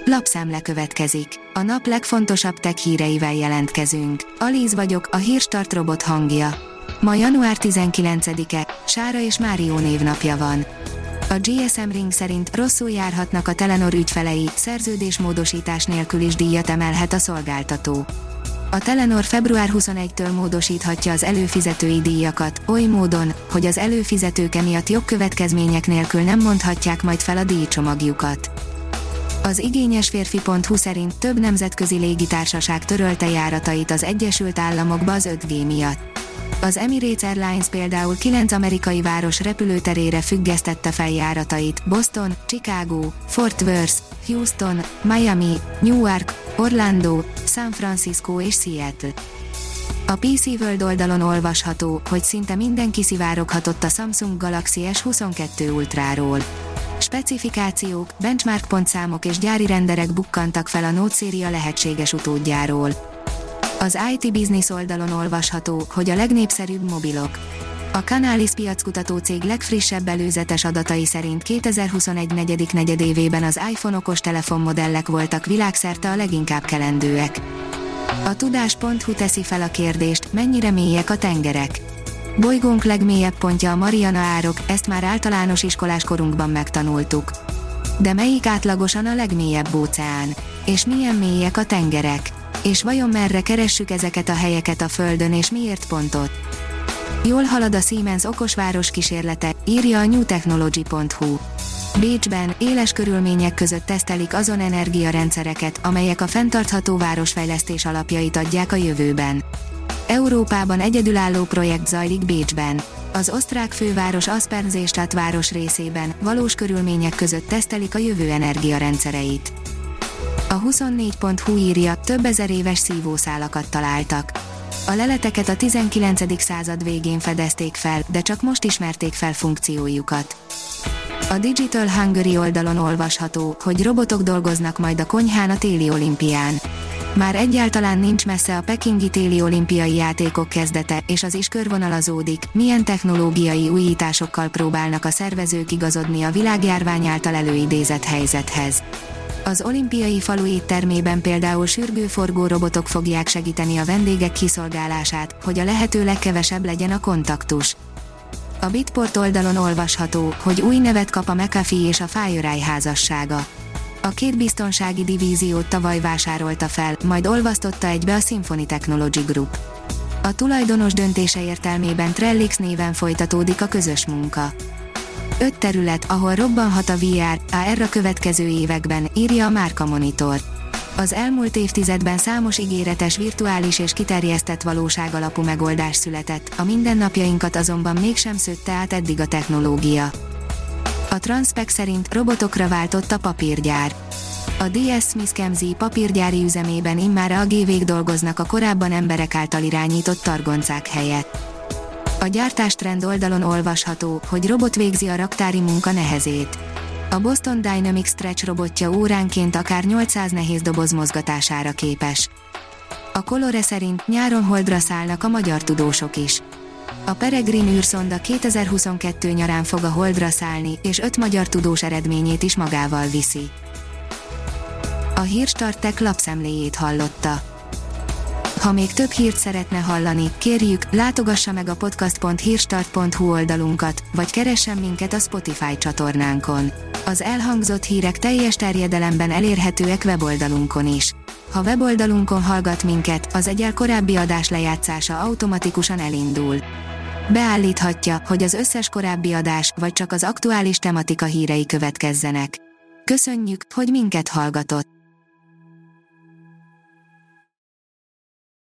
Lapszemle következik. A nap legfontosabb tech híreivel jelentkezünk. Alíz vagyok, a Hírstart robot hangja. Ma január 19-e, Sára és Márió névnapja van. A GSM Ring szerint rosszul járhatnak a Telenor ügyfelei, szerződésmódosítás nélkül is díjat emelhet a szolgáltató. A Telenor február 21-től módosíthatja az előfizetői díjakat, oly módon, hogy az előfizetők emiatt jogkövetkezmények nélkül nem mondhatják majd fel a díjcsomagjukat. Az igényesférfi.hu szerint több nemzetközi légitársaság törölte járatait az Egyesült Államokba az 5G miatt. Az Emirates Airlines például 9 amerikai város repülőterére függesztette fel járatait: Boston, Chicago, Fort Worth, Houston, Miami, Newark, Orlando, San Francisco és Seattle. A PC World oldalon olvasható, hogy szinte mindenki szivároghatott a Samsung Galaxy S22 Ultráról. Specifikációk, benchmark pontszámok és gyári renderek bukkantak fel a Note széria lehetséges utódjáról. Az IT Business oldalon olvasható, hogy a legnépszerűbb mobilok. A Canalys piackutató cég legfrissebb előzetes adatai szerint 2021 negyedik negyedévében az iPhone okostelefon modellek voltak világszerte a leginkább kelendőek. A tudás.hu teszi fel a kérdést, mennyire mélyek a tengerek. Bolygónk legmélyebb pontja a Mariana-árok, ezt már általános iskolás korunkban megtanultuk. De melyik átlagosan a legmélyebb óceán? És milyen mélyek a tengerek? És vajon merre keressük ezeket a helyeket a Földön és miért pont ott? Jól halad a Siemens okosváros kísérlete, írja a newtechnology.hu. Bécsben éles körülmények között tesztelik azon energiarendszereket, amelyek a fenntartható városfejlesztés alapjait adják a jövőben. Európában egyedülálló projekt zajlik Bécsben. Az osztrák főváros Aspernsestadt város részében valós körülmények között tesztelik a jövő energiarendszereit. A 24.hu írja, több ezer éves szívószálakat találtak. A leleteket a 19. század végén fedezték fel, de csak most ismerték fel funkciójukat. A Digital Hungary oldalon olvasható, hogy robotok dolgoznak majd a konyhán a téli olimpián. Már egyáltalán nincs messze a pekingi téli olimpiai játékok kezdete, és az is körvonalazódik, milyen technológiai újításokkal próbálnak a szervezők igazodni a világjárvány által előidézett helyzethez. Az olimpiai falu éttermében például sürgőforgó robotok fogják segíteni a vendégek kiszolgálását, hogy a lehető legkevesebb legyen a kontaktus. A Bitport oldalon olvasható, hogy új nevet kap a McAfee és a FireEye házassága. A két biztonsági divíziót tavaly vásárolta fel, majd olvasztotta egybe a Symphony Technology Group. A tulajdonos döntése értelmében Trellix néven folytatódik a közös munka. 5 terület, ahol robbanhat a VR, AR a következő években, írja a Márka Monitor. Az elmúlt évtizedben számos ígéretes virtuális és kiterjesztett valóságalapú megoldás született, a mindennapjainkat azonban mégsem szőtte át eddig a technológia. A Transpec szerint robotokra váltott a papírgyár. A DS Smith Kemzi papírgyári üzemében immár AGV-k dolgoznak a korábban emberek által irányított targoncák helyett. A gyártástrend oldalon olvasható, hogy robot végzi a raktári munka nehezét. A Boston Dynamics Stretch robotja óránként akár 800 nehéz doboz mozgatására képes. A Colore szerint nyáron Holdra szállnak a magyar tudósok is. A Peregrine űrszonda 2022 nyarán fog a Holdra szállni, és 5 magyar tudós eredményét is magával viszi. A Hírstart Tech lapszemléjét hallotta. Ha még több hírt szeretne hallani, kérjük, látogassa meg a podcast.hírstart.hu oldalunkat, vagy keressen minket a Spotify csatornánkon. Az elhangzott hírek teljes terjedelemben elérhetőek weboldalunkon is. Ha weboldalunkon hallgat minket, az egyel korábbi adás lejátszása automatikusan elindul. Beállíthatja, hogy az összes korábbi adás, vagy csak az aktuális tematika hírei következzenek. Köszönjük, hogy minket hallgatott!